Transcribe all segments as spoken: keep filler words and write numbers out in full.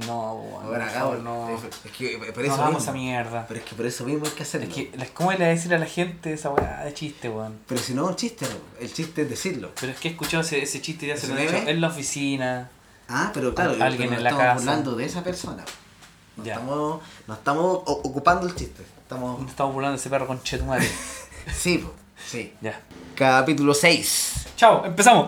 No, weón. Ahora acá, no. Es que por eso no hagamos mismo. esa mierda. Pero es que por eso mismo hay que hacerlo. Es que, ¿cómo le va a decir a la gente esa weá de chiste, weón? Pero si no es un chiste, el chiste es decirlo. Pero es que he escuchado ese, ese chiste ya se lo he meme? dicho en la oficina. Ah, pero claro, alguien pero en la estamos casa. hablando de esa persona. No Ya. estamos, no estamos o- ocupando el chiste. Estamos. Estamos burlando de ese perro con chetumare. Sí, po, sí. Ya. Capítulo seis. Chao, empezamos.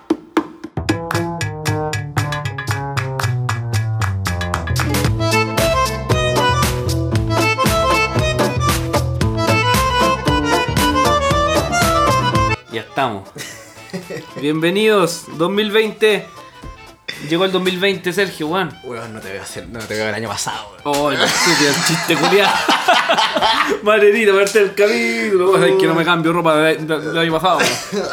Ya estamos. Bienvenidos, dos mil veinte. Llegó el dos mil veinte, Sergio, weón. Weón, no te veo hacer, no te veo el año pasado, weón. Oh, el estúpido chiste culiado. Manerito, verte el capítulo. Vos sabés que no me cambio ropa del de, de, de año pasado.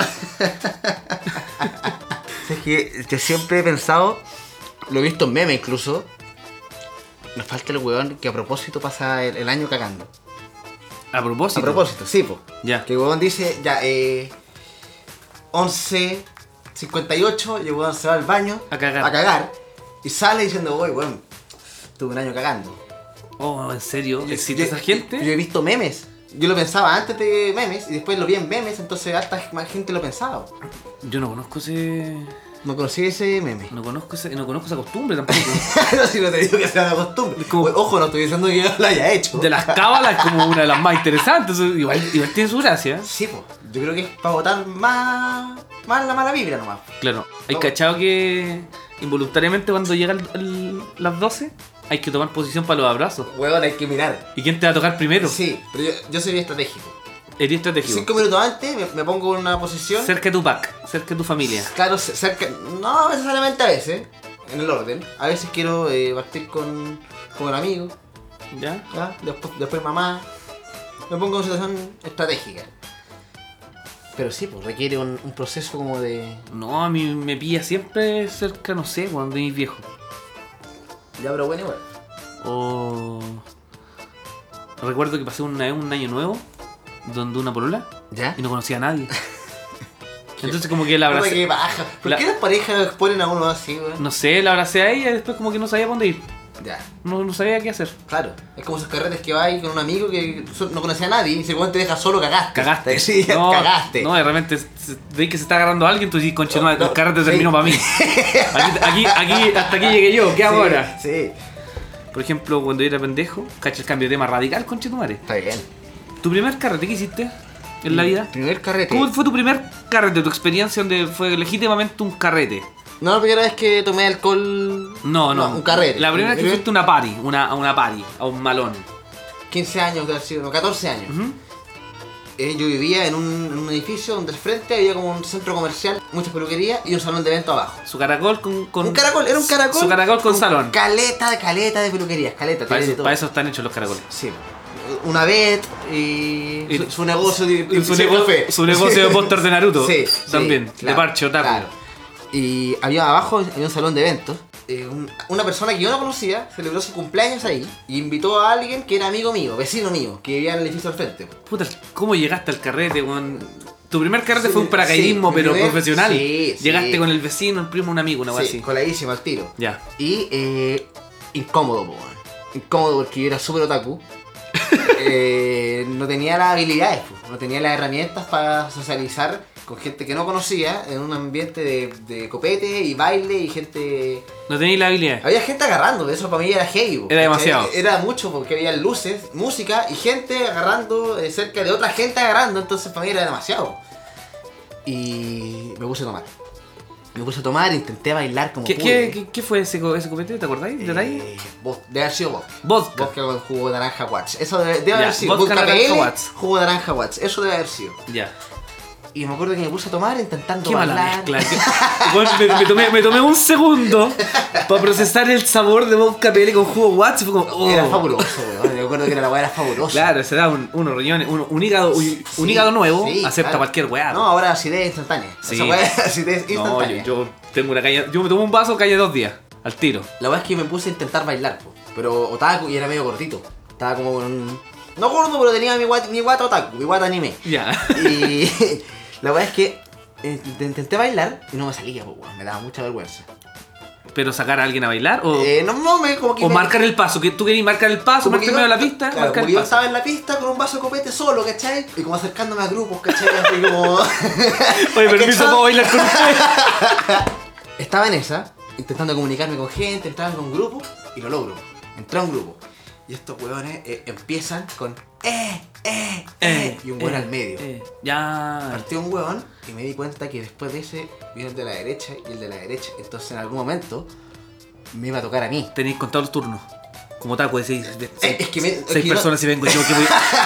Es que, que siempre he pensado, lo he visto en meme incluso. Nos falta el weón que a propósito pasa el, el año cagando. A propósito. A propósito, sí, po. Ya. Que el weón dice, ya, eh. once cincuenta y ocho, y el weón se va al baño A cagar. a cagar y sale diciendo, uy, weón, tuve un año cagando. Oh, ¿en serio? Yo- ¿Existe yo- esa gente? Yo he visto memes. Yo lo pensaba antes de memes y después lo vi en memes, entonces harta más gente lo pensaba. Yo no conozco ese. No conocí ese meme. No conozco ese, no conozco esa costumbre tampoco. No, si no te digo que sea una costumbre. Como- Oye, ojo, no estoy diciendo que yo lo haya hecho. De las cábalas es como una de las más interesantes. Igual, igual tiene su gracia. Sí, pues. Yo creo que es para botar más, más la mala vibra nomás. Claro. ¿Hay No. cachado que involuntariamente cuando llegan el- las doce hay que tomar posición para los abrazos? Huevón, hay que mirar. ¿Y quién te va a tocar primero? Sí, pero yo, yo soy bien estratégico. Eres estratégico. Cinco minutos antes me, me pongo en una posición. Cerca de tu pack, cerca de tu familia. Claro, c- cerca. No necesariamente a veces, en el orden. A veces quiero eh, partir con, con un amigo, ¿Ya? ¿ya? Después, después mamá. Me pongo en una situación estratégica. Pero sí, pues requiere un, un proceso como de. No, a mí me pilla siempre cerca, no sé, cuando de mis viejos. Ya, pero bueno, igual. O... Recuerdo que pasé una vez un año nuevo donde una polola ¿Ya? y no conocía a nadie. Entonces como que la Puta, abracé. qué baja. ¿Por La- qué las parejas ponen a uno así, weón? No sé, la abracé a ella y después como que no sabía para dónde ir. Ya, No, no sabía qué hacer. claro. Es como esos carretes que vas con un amigo que so- no conocía a nadie y si el weón te deja solo, cagaste. Cagaste. Sí, no, cagaste. No, de repente se- veis que se está agarrando a alguien, tú dices, conche, no, No, el carrete sí. terminó para mí. Aquí, aquí, aquí, hasta aquí llegué yo, ¿qué hago Sí, ahora? Sí, Por ejemplo, cuando yo era pendejo, cacha el cambio de tema radical, conche tu madre. está bien. ¿Tu primer carrete que hiciste en la vida? Primer carrete. ¿Cómo fue tu primer carrete, tu experiencia donde fue legítimamente un carrete? No, la primera vez que tomé alcohol. No, no. un carrete. La primera vez que Primer- fuiste a una party, una, a una party, a un malón. quince años de haber sido, no, catorce años. Ujú. Eh, yo vivía en un, en un edificio donde al frente había como un centro comercial, muchas peluquerías y un salón de eventos abajo. Su caracol con, con... Un caracol, era un caracol. Su caracol con salón. Caleta, caleta de peluquerías, caleta. Para tiene de eso, todo. para eso están hechos los caracoles. Sí. Una vet y, Y- su, su negocio de Y su, de nego- café. su negocio de póster de Naruto. Sí, También, sí, de claro, parche otaku. claro. Y había abajo había un salón de eventos. Eh, un- una persona que yo no conocía celebró su cumpleaños ahí y invitó a alguien que era amigo mío, vecino mío, que vivía en el edificio al frente. Puta, ¿cómo llegaste al carrete, weón? Tu primer carrete Sí, fue un paracaidismo, sí, pero mi primer- profesional. sí, sí. Llegaste con el vecino, el primo, un amigo, una weá Sí, así. coladísimo al tiro. Ya. Y eh, incómodo, po, weón. Incómodo porque yo era súper otaku. Eh, no tenía las habilidades, po, no tenía las herramientas para socializar con gente que no conocía en un ambiente de, de copete y baile y gente. No tenéis la habilidad. Había gente agarrando, eso para mí era heavy. po, Era ¿cachai? demasiado. Era mucho porque había luces, música y gente agarrando eh, cerca de otra gente agarrando, entonces para mí era demasiado. Y me puse a tomar. Me puse a tomar, intenté bailar como ¿Qué, pude. qué, qué, qué fue ese, co- ese copete? ¿Te acordáis? ¿De ahí? Eh, vos- debe haber sido vodka. Vodka. Vodka con jugo de naranja Watts. Eso debe, debe Ya, haber sido. vodka naranja P L, Watts. jugo de naranja Watts. Eso debe haber sido. Ya. Y me acuerdo que me puse a tomar intentando Qué mala bailar. mezcla. Qué- Bueno, me, me tomé, me tomé un segundo para procesar el sabor de vodka P L con jugo Watts y fue como... oh. Era fabuloso, weón. Me acuerdo que era la weá era fabulosa. Claro, se da un, unos riñones, un, un hígado, un, Sí, un hígado nuevo, sí, acepta claro. cualquier weá. No, ahora acidez instantánea. Sí. Esa weá es acidez No, yo, instantánea. yo tengo una calle. Yo me tomo un vaso, calle dos días, al tiro. La weá es que me puse a intentar bailar, po. Pero otaku y era medio gordito. Estaba como con un... No gordo, pero tenía mi guata, mi guata otaku, mi guata anime. Ya. Y la weá es que eh, intenté bailar y no me salía, po, weón. Me daba mucha vergüenza. ¿Pero sacar a alguien a bailar? ¿O, Eh, no, no, me como que o me- marcar el paso? Que tú querías marcar el paso, como marcar que en medio de la yo- pista, claro, marcar como el que yo paso. estaba en la pista con un vaso de copete solo, ¿cachai? Y como acercándome a grupos, ¿cachai? Así como... Oye, permiso, ¿cachai? ¿puedo bailar con ustedes? Estaba en esa, intentando comunicarme con gente, entraba con un grupo y lo logro. Entré a un grupo. Y estos hueones eh, empiezan con eh, eh, eh, y un hueón eh, al medio. eh, ya. Partió un hueón y me di cuenta que después de ese vino el de la derecha y el de la derecha. Entonces en algún momento me iba a tocar a mí. Tenéis contados los turnos. Como taco de seis, de seis, Eh, es que me- es seis que personas y vengo yo. ¿Qué voy,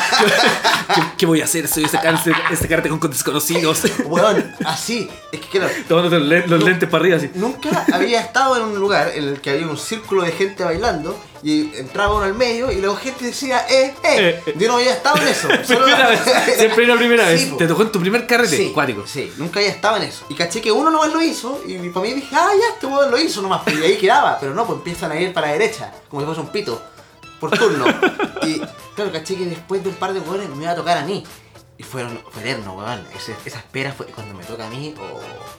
¿qué, qué voy a hacer? Soy ese, ese, ese karate con, con desconocidos. Hueón, así. Es que claro, Tomándote los, le- los No. lentes para arriba así. nunca había estado en un lugar en el que había un círculo de gente bailando y entraba uno al medio y luego gente decía eh, eh. Eh. Yo no había estado en eso. Solo- Primera vez. Siempre es la primera Sí, vez. po. Te tocó en tu primer carrete. Sí, Cuático. sí, nunca había estado en eso. Y caché que uno nomás lo hizo y para mí dije, ah, ya, este hueón lo hizo nomás. Y ahí quedaba. Pero no, pues empiezan a ir para la derecha, como si fuese un pito, por turno. Y claro, caché que después de un par de hueones me iba a tocar a mí. Y fueron, fue eterno, weón. Ese- esa espera fue cuando me toca a mí, o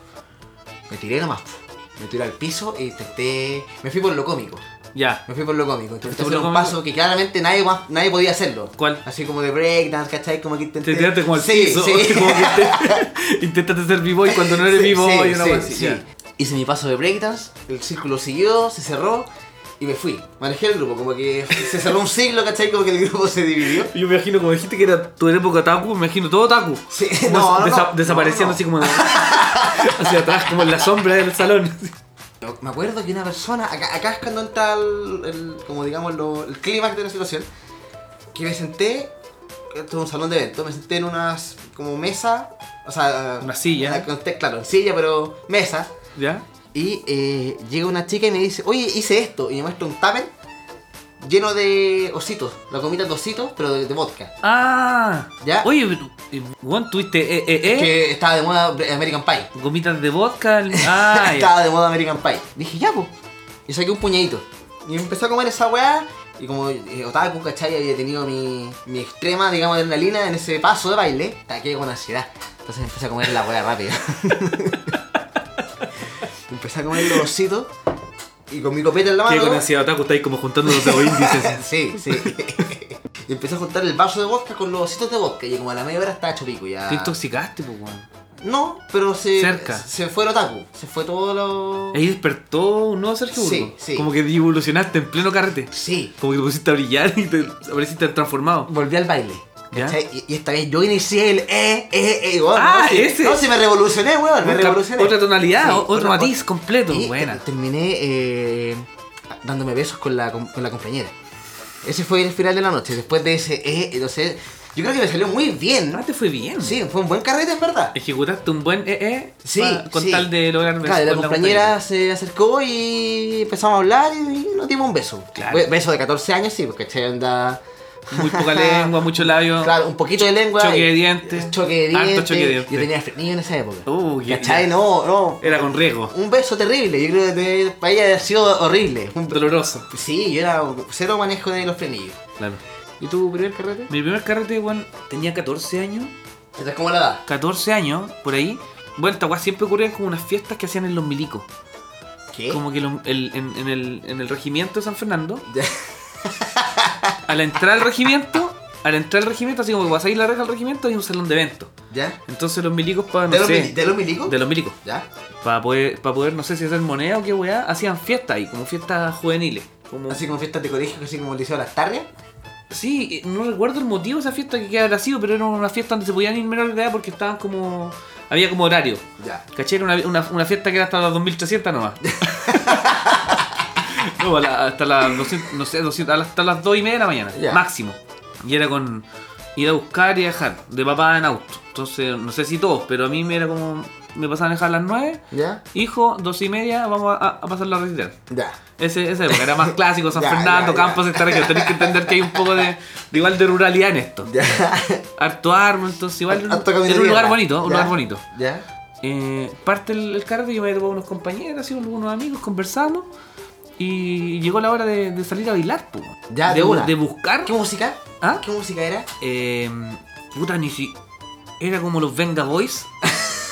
me tiré nomás. Me tiré al piso e intenté... Me fui por lo cómico. Ya. Me fui por lo cómico. Intenté por hacer lo un cómico? paso que claramente nadie más, nadie podía hacerlo. ¿Cuál? Así como de breakdance, ¿cachai? Como que intenté... Te tiraste como al sí, piso. Sí, Como que te, intentaste ser b-boy cuando no eres Sí, b-boy sí, una sí, cosa así. sí. Ya. Hice mi paso de breakdance, el círculo siguió, se cerró y me fui. Manejé el grupo, como que se cerró un siglo, ¿cachai? Como que el grupo se dividió. Yo me imagino, como dijiste que era tu época taku, me imagino todo taku. Sí, Como no, no, desa- no, desapareciendo no, no. así como de- hacia atrás, como en la sombra del salón. Me acuerdo que una persona, acá, acá es cuando entra el, el- como digamos, lo- el clímax de la situación, que me senté, esto es un salón de eventos, me senté en unas, como mesa, o sea... Una silla. una- conté- claro, en silla, pero mesa. ¿Ya? Y eh, llega una chica y me dice, oye, hice esto, y me muestra un tupper lleno de ositos, la comida de ositos, pero de, de vodka. Ah. ¿Ya? Oye, pero, eh, Juan, tuviste eh, eh, eh, Que estaba de moda American Pie. gomitas de vodka. Ah, ya. Estaba de moda American Pie. Dije, ya, pues. Y saqué un puñadito. Y empecé a comer esa weá. Y como eh, otaku, ¿cachai? Había tenido mi, mi extrema, digamos, adrenalina en ese paso de baile. Taqué con ansiedad. Entonces empecé a comer la weá rápido. Empecé a comer los ositos. Y con mi copeta en la Que mano. con ansiedad taku estáis como juntando los dedos índices. Sí, sí. Y empecé a juntar el vaso de vodka con los ositos de vodka. Y como a la media hora estaba hecho pico ya. Te intoxicaste, pues, Juan. No, pero se. Cerca. Se fue el otaku. Se fue todo lo. Ahí despertó un nuevo Sergio Sí, Burgo. sí. Como que evolucionaste en pleno carrete. Sí. Como que te pusiste a brillar y te apareciste transformado. Volví al baile. ¿Ya? ¿Cachai? Y, y esta vez yo inicié el eh, eh, eh, weón. Ah, no, si, ese. No, si me revolucioné, weón, me Otra- revolucioné. otra tonalidad, o- otro otra- matiz completo, Y buena. te- terminé eh, dándome besos con la, con, con la compañera. Ese fue el final de la noche. Después de ese eh, entonces, yo creo que me salió muy bien. Ah, te fue bien. Sí, fue un buen carrete, en verdad. Ejecutaste un buen E E Sí, pa- con sí. tal de lograr besos Claro, la con compañera se acercó y empezamos a hablar y nos dimos un beso. Claro. Be- Beso de catorce años, sí, porque ¿cachai? Anda... Muy poca lengua, mucho labio. Claro, un poquito de lengua. Choque y- de dientes. Choque de Harto dientes. choque de dientes. Yo tenía frenillo en esa época. Uh, ya- ¿Cachai? ya. No, no. Era con riesgo. Un beso terrible. Yo creo que te- para ella había sido horrible. Un- Doloroso. Sí, yo era cero manejo de los frenillos. Claro. ¿Y tu primer carrete? Mi primer carrete, weón, tenía catorce años. Esta es como la edad. catorce años, por ahí. Bueno, esta weá siempre ocurría como unas fiestas que hacían en los milicos. ¿Qué? Como que lo- el- en, en el, en el regimiento de San Fernando, Ya. al entrar al regimiento, al entrar al regimiento, así como que vas a ir la reja al regimiento, hay un salón de eventos. ¿Ya? Entonces los milicos para, no ¿De los, sé, mili- ¿De los milicos? de los milicos, ¿Ya? para poder, para poder, no sé si hacer moneda o qué weá, hacían fiestas ahí, como fiestas juveniles. Como... Así como fiestas de colegio, así como el Liceo de las Tarrias. Sí, no recuerdo el motivo de esa fiesta que habrá sido, pero era una fiesta donde se podían ir menores de edad porque estaban como... Había como horario. Ya. ¿Cachai? Era una, una, una fiesta que era hasta las dos mil trescientas nomás. No, a la- hasta las doscientas, no sé, doscientas, hasta las dos y media de la mañana, Ya. máximo. Y era con ir a buscar y a dejar, de papá en auto. Entonces, no sé si todos, pero a mí me era como... Me pasaban a dejar a las nueve. ¿Ya? Hijo, dos y media, vamos a, a pasar la residencia. Ya. Ese, esa época era más clásico, San Ya, Fernando, ya, ya. Campos, esta región. Tenéis que entender que hay un poco de, de igual de ruralidad en esto. Ya. Harto árbol, entonces igual Harto era camino un de lugar tierra. bonito, un Ya. lugar bonito. ¿Ya? Eh, parte el, el carrete, yo me llevo unos compañeros, así, unos amigos, conversando. Y llegó la hora de, de salir a bailar, po. Ya, de, de una. de buscar. ¿Qué música? ¿Ah? ¿Qué música era? Eh, puta, ni si. Era como los Venga Boys.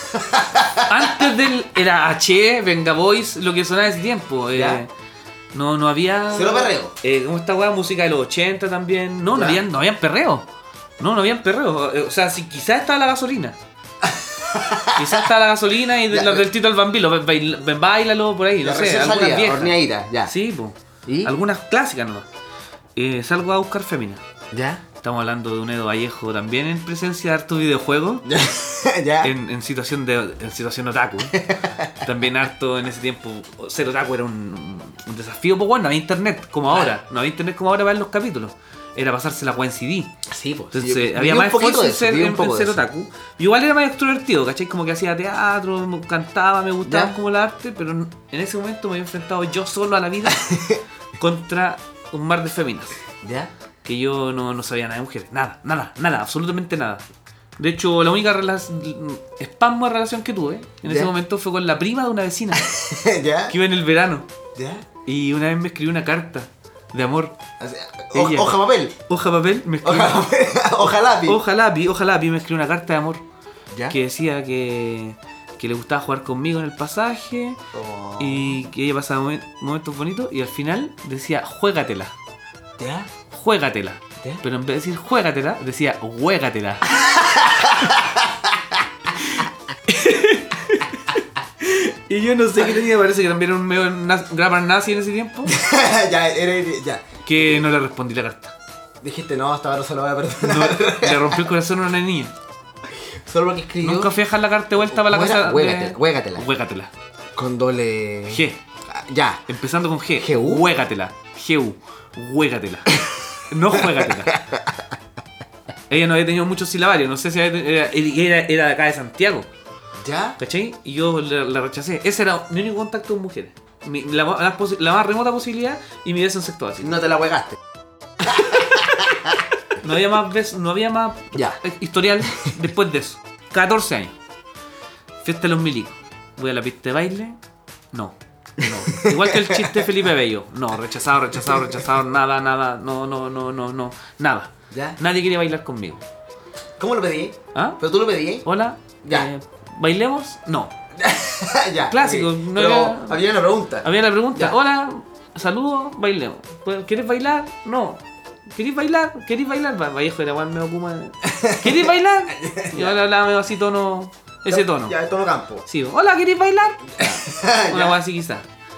Antes del. Era H, Venga Boys, lo que sonaba ese tiempo. ¿Ya? Eh, no, no había. Cero perreo. Eh, ¿Cómo esta weá? Música de los ochenta también. No, no ¿Ya? habían, no habían perreo. No, no habían perreo. Eh, O sea, si quizás estaba la gasolina. Quizás estaba la gasolina y de, Ya, la del Tito al Bambino. Ven, bail- ven, bailalo por ahí, no La sé. recién Algunas salida, viejas. horneadita, ya. Sí, pues. ¿Y? Algunas clásicas nomás. Eh, salgo a buscar féminas. ¿Ya? Estamos hablando de un Edo Vallejo también en presencia de harto videojuego. ¿Ya? ¿Ya? En, en situación de en situación otaku. También harto en ese tiempo. Ser otaku era un, un desafío, pues bueno, no había internet como ahora. No había internet como ahora para ver los capítulos. Era pasarse la weá en C D. Sí, pues. Entonces yo- eh, viví había un más poquito esfuerzo de en eso, ser, viví un en- poco en de ser eso. otaku. Igual era más extrovertido, ¿cachai? Como que hacía teatro, me cantaba, me gustaba Ya. como el arte, pero en ese momento me había enfrentado yo solo a la vida contra un mar de féminas. ¿Ya? Que yo no, no sabía nada de mujeres. Nada, nada, nada, absolutamente nada. De hecho, la única relación, espasmo de relación que tuve en ¿Ya? ese momento fue con la prima de una vecina ¿Ya? que iba en el verano. ¿Ya? Y una vez me escribió una carta de amor. O sea, ho- Ella. hoja papel. Hoja papel, me escribió. Hoja papel. Hoja lápiz. Hoja lápiz, hoja lápiz, me escribió una carta de amor. ¿Ya? Que decía que, que le gustaba jugar conmigo en el pasaje Oh. y que ella pasaba momen- momentos bonitos. Y al final decía, juégatela, ¿Ya? juégatela. ¿Ya? Pero en vez de decir juégatela, decía juégatela. Y yo no sé qué tenía, parece que también era un medio na- grammar nazi en ese tiempo. ya, era, ya. Que no le respondí la carta. Dijiste, no, hasta ahora solo voy a No, perdonar. le rompió el corazón a una niña. Solo porque escribió. Nunca fui a dejar la carta de vuelta para la Juega- casa. juégatela, de... juégatela. Juégatela. Con doble. G. Ah, Ya. Empezando con G. G U. Juégatela. G U. Juégatela. No juégatela. Ella no había tenido muchos silabarios. No sé si había tenido- era, era, era de acá de Santiago. ¿Ya? ¿Cachai? Y yo la, la rechacé. Ese era mi único contacto con mujeres. Mi- la, la posi- la más remota posibilidad y mi beso en sexto básico. No te la juegaste. No había más beso, no había más Ya. historial después de eso. catorce años. Fiesta de los milicos. Voy a la pista de baile. No. No. Igual que el chiste de Felipe Bello. No, rechazado, rechazado, rechazado. Nada, nada. No, no, no, no, no. Nada. ¿Ya? Nadie quería bailar conmigo. ¿Cómo lo pedí? ¿Ah? ¿Pero tú lo pedí? Hola. Ya. eh, ¿Bailemos? No. Ya. Clásico, ok. no Pero era- había una pregunta. Había la pregunta. Ya. Hola. Saludos. Bailemos. ¿Quieres bailar? No. ¿Queréis bailar? ¿Queréis bailar? Va- Vallejo era igual medio kuma. ¿Queréis bailar? Y ahora hablaba medio así tono. Ese tono. Ya, el tono campo. Sí, hola, ¿queréis bailar? Una Ya. cosa así quizás.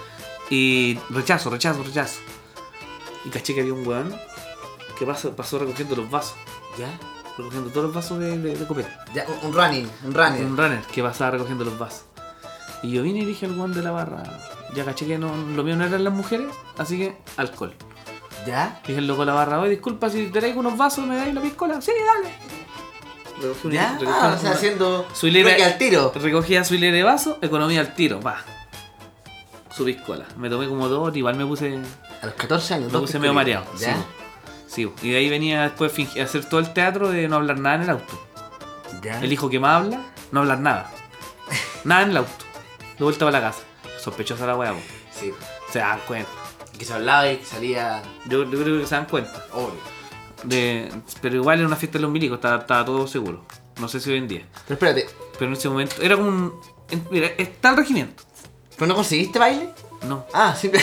Y rechazo, rechazo, rechazo. Y caché que había un weón que pasó, pasó recogiendo los vasos. ¿Ya? Recogiendo todos los vasos de, de, de copete. Ya, un, un running, un running. Un runner que pasaba recogiendo los vasos. Y yo vine y dije al weón de la barra, ya caché que no, lo mío no eran las mujeres, así que alcohol. ¿Ya? Dije el loco de la barra, oye, disculpa si te traigo unos vasos, me dais una piscola. Sí, dale. Recogí una- ¿Ya? recogí Ah, una- o sea, haciendo. su hilera- trueque al tiro. Recogía su hilera de vaso, economía al tiro, va. Su piscola. Me tomé como dos, igual me puse, A los catorce años, me dos puse medio piscolitas. mareado. ¿Ya? Sí, sí. Y de ahí venía después a fingir- a hacer todo el teatro de no hablar nada en el auto. ¿Ya? El hijo que más habla, no hablar nada. Nada en el auto. De vuelta para la casa. Sospechosa la weá, po. Sí. Se dan cuenta. Que se hablaba y que salía. Yo, yo creo que se dan cuenta. Obvio. De, pero igual era una fiesta de los milicos, estaba, estaba todo seguro. No sé si hoy en día. Pero espérate, Pero en ese momento era como un. en- Mira, está el regimiento. ¿pero no conseguiste baile? No. Ah, sí.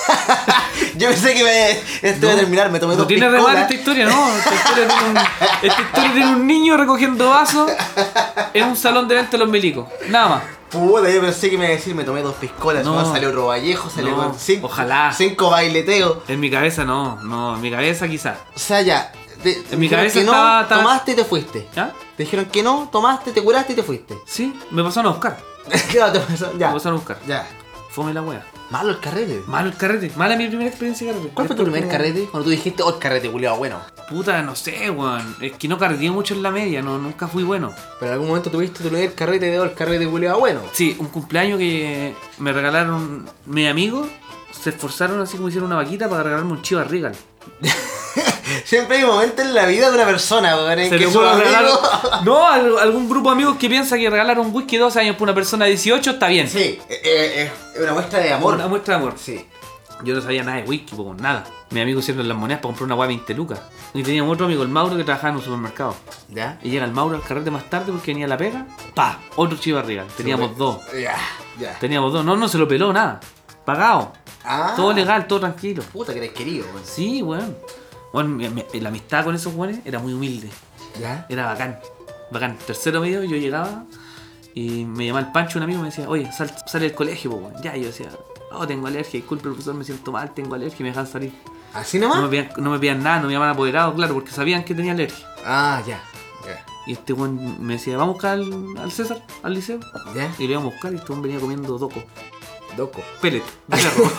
Yo pensé que me, esto iba a No. terminar, me tomé No dos tiene piscolas. remate esta historia, no. Esta historia, tiene un, esta historia tiene un niño recogiendo vasos en un salón de venta de los milicos. Nada más. Puta, yo pensé que me iba a decir, me tomé dos piscolas, No. no. Salió otro Vallejo, salió No, con cinco, ojalá. cinco baileteos. En mi cabeza no, no, en mi cabeza quizás. O sea, ya. Te, te mi dijeron cabeza que no, estaba- estaba- tomaste y te fuiste. ¿Ya? Te dijeron que no, tomaste, te curaste y te fuiste. Sí, me pasaron a buscar. Claro, te pasó- ya. Me pasaron a buscar. Ya. Fome la wea. Malo el carrete. Malo el carrete. Mala mi primera experiencia de carrete. ¿Cuál fue tu Esto primer como- carrete? Cuando tú dijiste, oh, el carrete, culiado, bueno. Puta, no sé, weón. Es que no carreteé mucho en la media, no, nunca fui bueno. Pero en algún momento tuviste tu primer carrete de oh, el carrete, culiado, bueno. Sí, un cumpleaños que me regalaron mis amigos. Se esforzaron así como hicieron una vaquita para regalarme un Chivas Regal. Siempre hay momentos en la vida de una persona, weón, en Se que le su ocurre regalar- amigo... No, al- algún grupo de amigos que piensa que regalar un whisky de doce años por una persona de dieciocho está bien. Sí, eh, eh, es una muestra de amor. Una muestra de amor. Sí. Yo no sabía nada de whisky, po, nada. Mis amigos hicieron las monedas para comprar una hueá de veinte lucas. Y teníamos otro amigo, el Mauro, que trabajaba en un supermercado. ¿Ya? Y llega el Mauro al carrete más tarde porque venía la pega. ¡Pa! Otro Chivas Regal. Teníamos dos. Ya, ya. Teníamos dos. No, no se lo peló nada. Pagado. Ah. Todo legal, todo tranquilo. Puta que eres querido, weón. Sí, weón. Bueno, mi- mi- la amistad con esos weones era muy humilde. ¿Ya? Era bacán. Bacán. Tercero medio, yo llegaba y me llamaba el Pancho, un amigo, y me decía, oye, sal, sale del colegio, po, weón. Ya, y yo decía, oh, tengo alergia, disculpe, profesor, me siento mal, tengo alergia, y me dejan salir. ¿Así No nomás? me pedían, no me pedían nada, no me llamaban apoderado, claro, porque sabían que tenía alergia. Ah, ya. Ya. Y este weón me decía, vamos a buscar al, al César, al liceo. ¿Ya? Y le íbamos a buscar y este weón venía comiendo doco. Doco. Pellet, de perro.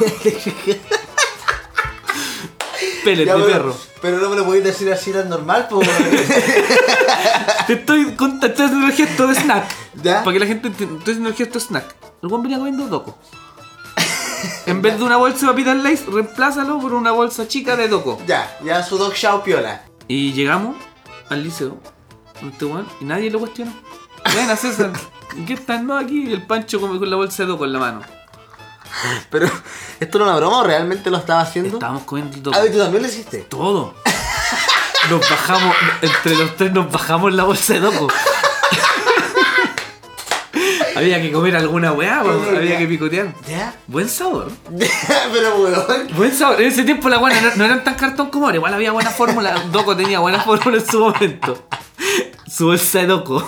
Pellet Ya, de pero- perro. Pero no me lo podéis decir así tan normal, pues. Te estoy contando, estoy haciendo el gesto de snack. ¿Ya? Para que la gente entienda, estoy haciendo el gesto de snack. El weón venía comiendo doco. En vez de una bolsa de papitas Lays, reemplázalo por una bolsa chica de doco. Ya, ya su dog show piola. Y llegamos al liceo con este weón y nadie lo cuestionó. Ven a César, ¿qué están no aquí? Y el Pancho come con la bolsa de doco en la mano. Pero, ¿esto era una broma o realmente lo estaba haciendo? Estábamos comiendo el doco. Ah, ¿y tú también lo hiciste? Todo. Nos bajamos, entre los tres nos bajamos la bolsa de doco. Había que comer alguna weá, po, había que picotear. ¿Ya? Buen sabor. Pero, weón. Buen sabor. En ese tiempo las weas no, no eran tan cartón como ahora. Igual había buena fórmula. Doco tenía buena fórmula en su momento. Su bolsa de doco.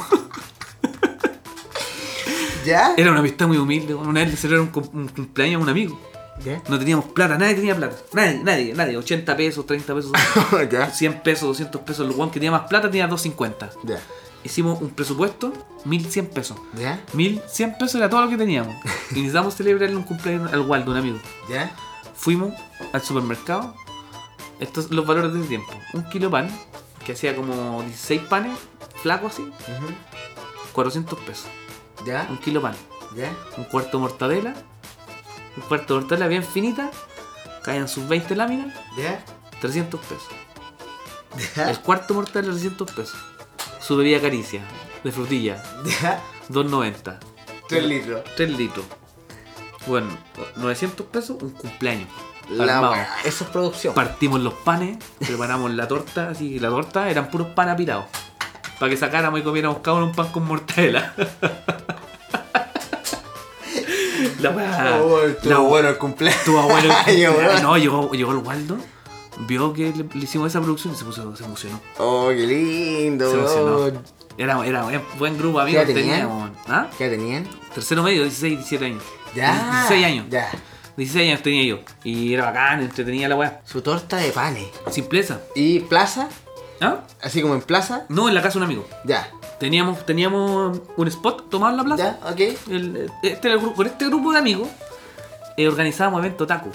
¿Ya? Era una amistad muy humilde. Una vez le celebraron un, cum- un cumpleaños a un amigo. ¿Ya? No teníamos plata, nadie tenía plata. Nadie, nadie, nadie. ochenta pesos, treinta pesos, ¿Ya? cien pesos, doscientos pesos. El weón que tenía más plata tenía doscientos cincuenta. ¿Ya? Hicimos un presupuesto, mil cien pesos. ¿Ya? mil cien pesos era todo lo que teníamos. Y necesitamos celebrarle un cumpleaños al Waldo, un amigo. ¿Ya? Fuimos al supermercado. Estos los valores de ese tiempo. Un kilo de pan, que hacía como dieciséis panes, flaco así, Ujú. cuatrocientos pesos. ¿Ya? Un kilo de pan. ¿Ya? Un cuarto de mortadela. Un cuarto de mortadela bien finita. Caían sus veinte láminas, ¿Ya? trescientos pesos. ¿Ya? El cuarto de mortadela, trescientos pesos. Su bebida caricia, de frutilla, ¿Ya? dos noventa. Tres litros. tres litros. Bueno, novecientos pesos, un cumpleaños. La Armado. weá. Eso es producción. Partimos los panes, preparamos la torta, así la torta eran puros pan apirados. Para que sacáramos y comiéramos cada uno un pan con mortadela. La weá. Oh, la estuvo bueno el cumpleaños. Estuvo bueno el Ay, cumpleaños. weón. No, llegó, llegó el Waldo, vio que le, le hicimos esa producción y se, puso, se emocionó. Oh, qué lindo. Se emocionó. weón. Era, era buen, buen grupo de amigos ¿Qué edad tenían? teníamos. ¿Ah? ¿Qué tenían? Tercero medio, dieciséis, diecisiete años. Ya. dieciséis años. Ya. dieciséis años tenía yo. Y era bacán, entretenía la weá. Su torta de panes. Simpleza. ¿Y plaza? ¿Ah? Así como en plaza. No, en la casa de un amigo. Ya. Teníamos, teníamos un spot tomado en la plaza. Ya, ok. El- este era el grupo, con este grupo de amigos eh, organizábamos eventos taco.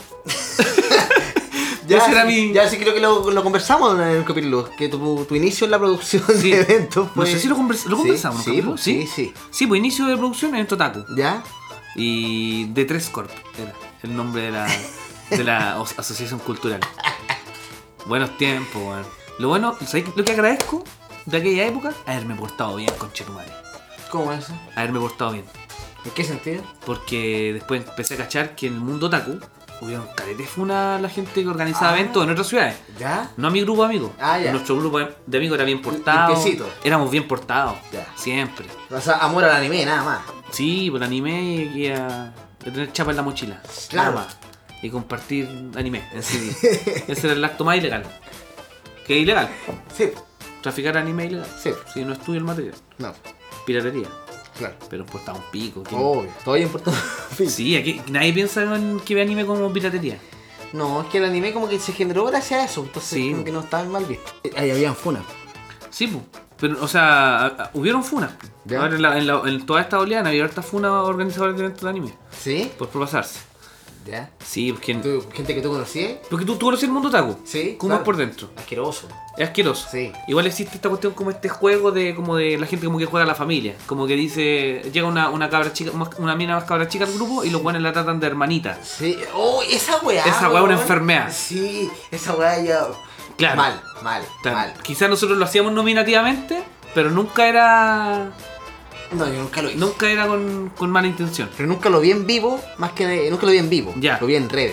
Ya, Ese era sí, mi- ya sí creo que lo, lo conversamos en el capítulo. Que tu, tu inicio en la producción Sí. de eventos fue... No sé si lo, convers- lo Sí, conversamos. ¿no, Sí, capítulo? pues, sí, sí. Sí, pues inicio de producción evento taco. ¿Ya? Y de tres Corp era el nombre de la, de la os- asociación cultural. Buenos tiempos, weón. Lo bueno, ¿sabes lo que agradezco de aquella época? Haberme portado bien con Chetumare. ¿Cómo es eso? Haberme portado bien. ¿En qué sentido? Porque después empecé a cachar que en el mundo otaku hubieron caretes funa la gente que organizaba Ah. eventos en otras ciudades. ¿Ya? No a mi grupo de amigos. Ah, ya. Nuestro grupo de amigos era bien portado. Limpiecito. Éramos bien portados. Ya. Siempre. O sea, amor al anime, nada más. Sí, por anime y a, a tener chapa en la mochila. Claro. Nada más. Y compartir anime en C D. Ese era el acto más ilegal. Que es ilegal. Sí, Traficar anime es ilegal. sí. Si no estudia el material. No, Piratería. claro. Pero importaba un pico. ¿quién- Obvio, todavía importante. Sí, aquí nadie piensa en que ve anime como piratería. No, es que el anime como que se generó gracias a eso, entonces Sí. como que no estaban mal visto. Ahí habían funas. Sí, pues. Pero, o sea, a- a- hubieron funas. Ya. Ahora en, la- en, la- en toda esta oleada había hartas funas organizadores de eventos de anime. ¿Sí? Por propasarse. ¿Ya? Sí, porque. ¿Tú- gente que tú conocías? Porque tú, tú conoces el mundo otaku. Sí, ¿Cómo claro. es por dentro? Asqueroso. Es asqueroso. Sí. Igual existe esta cuestión como este juego de como de la gente como que juega a la familia. Como que dice, llega una, una cabra chica, más- una mina más cabra chica al grupo y los buenos la tratan de hermanita. Sí. Oh, esa weá. Esa weá es una weón. enfermedad. Sí, esa weá ya. Claro. Mal, mal, O sea, mal. quizás nosotros lo hacíamos nominativamente, pero nunca era. No, yo nunca lo hice. Nunca era con, con mala intención. Pero nunca lo vi en vivo, más que de- nunca lo vi en vivo. Ya. Lo vi en redes.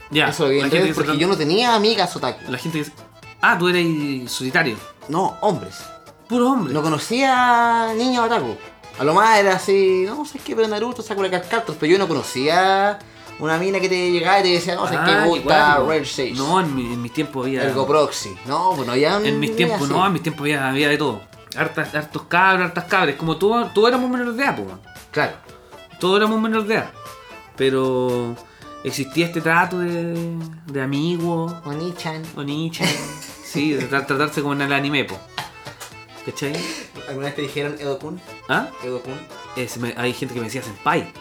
Ya, Eso lo vi la en gente redes que se porque tran- yo no tenía amigas otaku. La gente que... Ah, tú eres solitario. No, hombres. Puro hombre. No conocía niños otaku. A lo más era así, no sé qué, pero Naruto, Sakura Card Captors, pero yo no conocía una mina que te llegaba y te decía, no sé Ah, qué, me qué gusta guapo. Rare Sage. No, en, mi, en mis tiempos había... El GoProxy. No, pues no había. En mis tiempos, no, en mis tiempos había, había de todo. Hartas, hartos cabros, hartas cabres. Como todos todo éramos menores de edad, pues. Claro. Todos éramos menores de edad. Pero existía este trato de, de amigos, Oni-chan. Onichan. Sí, de tra- tratarse como en el anime, po. ¿Cachai? ¿Alguna vez te dijeron Edo-kun? ¿Ah? Edo-kun. Es- me- hay gente que me decía senpai.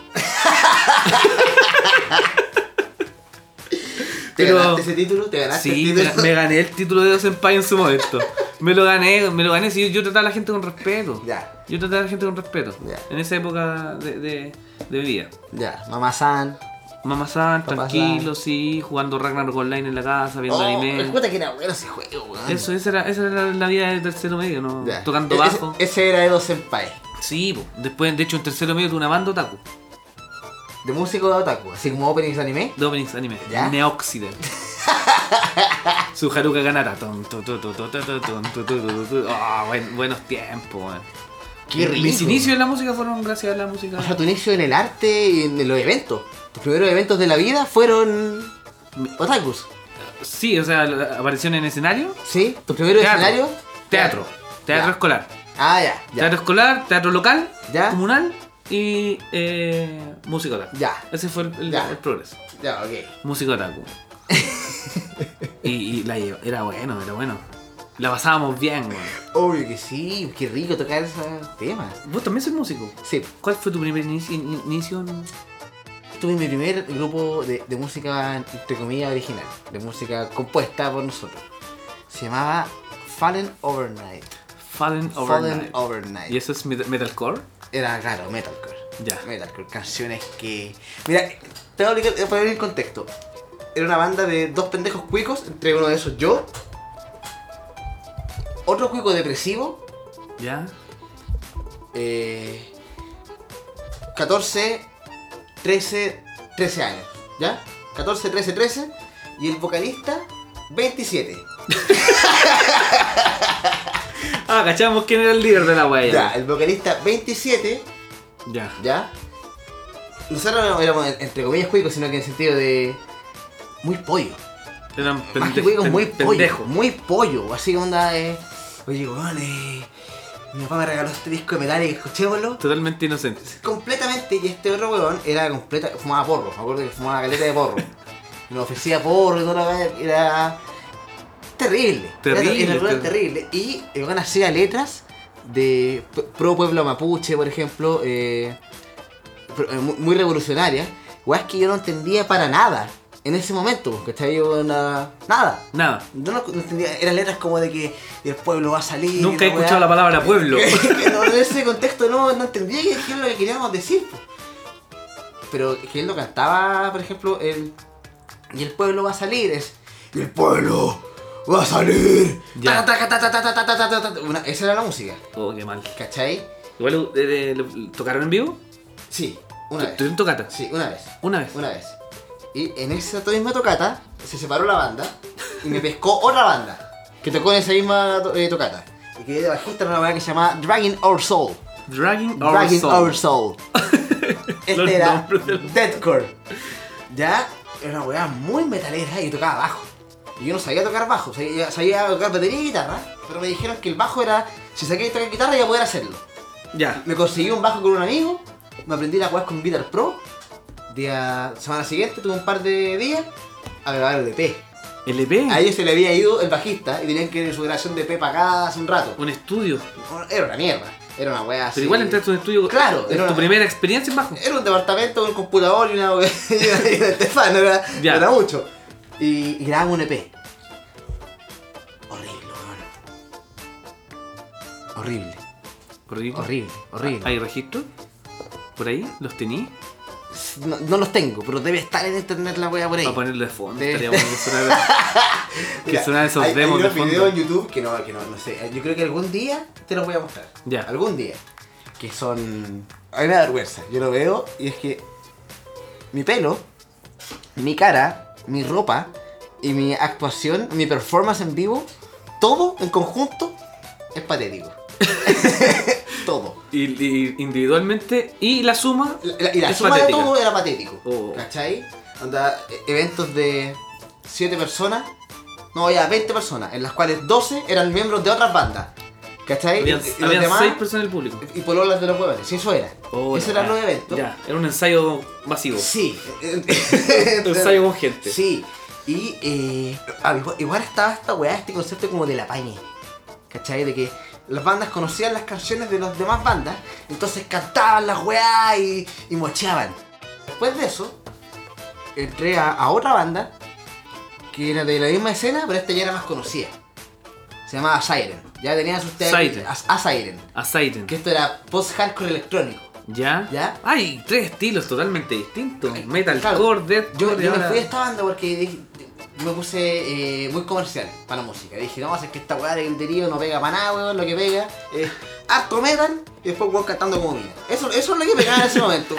¿Te Pero- ganaste ese título? ¿Te ganaste Sí, el me, título? me gané el título de senpai en su momento. Me lo gané, me lo gané. Sí, yo trataba a la gente con respeto. Ya, Yo trataba a la gente con respeto. Ya. En esa época de, de, de mi vida. ya. Mamá-san. Mamá-san, Papá-san. tranquilo, sí, jugando Ragnarok Online en la casa, viendo Oh, anime. recuerda que era bueno ese juego, weón. Eso, esa era, esa era la vida de tercero medio, ¿no? Ya. Tocando E- bajo. Ese, ese era Edo Senpai. Sí, po. Después, de hecho, en tercero medio tuve una banda otaku. De músico de otaku, así como openings de anime. De openings anime. ¿Ya? Neoxident. Su Haruka Kanata. Ton, tu, tu, tu, tu, tu, tu, ton, tu, tu, tu, tu. Ah, buen- buenos tiempos, weón. Qué rico. Mis inicios en la música fueron gracias a la música. O sea, tu inicio en el arte y en los eventos. Tus primeros eventos de la vida fueron otakus. Sí, o sea, la- aparición en escenario. ¿Sí? ¿Tus primeros Teatro. escenarios? Teatro. Teatro Ya. escolar. Ah, ya, ya. Teatro escolar, teatro local, Ya. comunal y eh, música otaku. Ya. Ese fue el, el- Ya. el progreso. Ya, ok. Música otaku. y, y la llevo- era bueno, era bueno. La pasábamos bien, weón. Obvio que sí, qué rico tocar esos temas. Vos también sos músico. Sí, ¿Cuál fue tu primer inicio? in- inicio en- tuve mi primer grupo de, de música, entre comillas, original. De música compuesta por nosotros. Se llamaba Fallen Overnight. Fallen Fallen Overnight. Overnight. ¿Y eso es met- metalcore? Era, claro, metalcore. Ya. Metalcore, canciones que... Mira, te voy a explicar- para poner en contexto. Era una banda de dos pendejos cuicos, entre uno de esos yo, otro cuico depresivo, ¿Ya? eh, catorce, trece, trece años, ¿ya? catorce, trece, trece, y el vocalista, veintisiete. Ah, cachamos quién era el líder de la wea. Ya, el vocalista, veintisiete, Ya. ¿ya? Nosotros no éramos, entre comillas, cuicos, sino que en el sentido de... muy pollo. Eran Más pende- que cuicos, pen- muy pollo. pendejos. Muy pollo. Así que onda de... Oye, weón, eh, mi papá me regaló este disco de Metallica, escuchémoslo. Totalmente inocentes. Completamente, y este otro weón era completa... Fumaba porro, me acuerdo que fumaba caleta de porro. Me ofrecía porro y toda la weá, era... Terrible. Terrible, Era, era ter- terrible. Y el weón hacía letras de p- pro pueblo mapuche, por ejemplo, eh, pro- eh, muy, muy revolucionarias. Weas que yo no entendía para nada en ese momento, ¿cachai? Yo na- nada. Nada. Yo no, no entendía, eran letras como de que el pueblo va a salir. Nunca he y la escuchado weá. la palabra pueblo. Que- que no, en ese contexto no, no entendía qué qué era lo que queríamos decir. po. Pero que él lo cantaba, por ejemplo, el, y el pueblo va a salir, es y el pueblo va a salir. Ya. Ta, ta, ta, ta, ta, ta, ta, ta, ta, ta, ta. Una- esa era la música, Oh, qué mal. ¿cachai? Igual, eh, eh, ¿lo- ¿tocaron en vivo? Sí, una vez. ¿Tuvieron tocata? Sí, una vez. Una vez. Una vez. Y en esa misma tocata se separó la banda y me pescó otra banda que tocó en esa misma to- eh, tocata. Y que de bajista era una banda que se llama Dragging Our Soul. Dragging Our Dragging Soul. Our Soul. Los Este era nombres del- Deathcore. Ya, era una weá muy metalera y tocaba bajo. Y yo no sabía tocar bajo, sabía, sabía tocar batería y guitarra, pero me dijeron que el bajo era, si sabía tocar guitarra iba a poder hacerlo. Ya. Me conseguí un bajo con un amigo, me aprendí la weá con Guitar Pro. Día, semana siguiente tuve un par de días a grabar el E P. L P. A ellos se le había ido el bajista y tenían que ir su grabación de E P pagada hace un rato. Un estudio. Era una mierda, era una weá así. Pero igual entraste a un estudio. Claro, Es era tu una- primera experiencia en bajo. Era un departamento con un computador y una weá y una- y una Estefan, no era, Ya. no era mucho. Y, y grabamos un E P. Horrible, weón. Horrible, Horrible. horrible, horrible. ¿Hay registros? ¿Por ahí? ¿Los tení? No, no los tengo, pero debe estar en internet la weá por ahí. Para ponerlo de fondo. De- Estaría bueno que sonara, que Mira, sonaran esos hay, demos hay de unos fondo. videos en YouTube que no, que no, no sé. Yo creo que algún día te los voy a mostrar. Ya. Algún día. Que son. A mí me da vergüenza. Yo lo veo y es que mi pelo, mi cara mi ropa y mi actuación, mi performance en vivo, todo en conjunto es patético. Todo. Y, y individualmente, y la suma. La- y la es suma patética. de todo era patético. Oh. ¿Cachai? Onda, e- eventos de siete personas, no, ya veinte personas, en las cuales doce eran miembros de otras bandas. ¿Cachai? Habían, y, y los habían demás, seis personas en el público. y pololas de los huevones, si eso era. Oh, Esos ya, eran los eventos. Ya, era un ensayo masivo. Sí. Un ensayo con gente. Sí. Y eh, ah, igual, igual estaba esta weá, este concepto como de la pañe. ¿Cachai? De que las bandas conocían las canciones de las demás bandas, entonces cantaban las weá y, y mocheaban. Después de eso, entré a, a otra banda que era de la misma escena, pero esta ya era más conocida. Se llamaba Siren. Ya tenían sus Siren. a, a Siren. A Satan. Que esto era post-hardcore electrónico. ¿Ya? ¿Ya? Hay tres estilos totalmente distintos. Ay, Metalcore, claro. deathcore. Yo, y yo me ahora- fui a esta banda porque dije- me puse eh, muy comercial para la música. Dije, no, es que esta weá de griterío no pega para nada, weón, lo que pega es harto metal y después weón cantando como mina. Eso, eso es lo que pegaba en ese momento.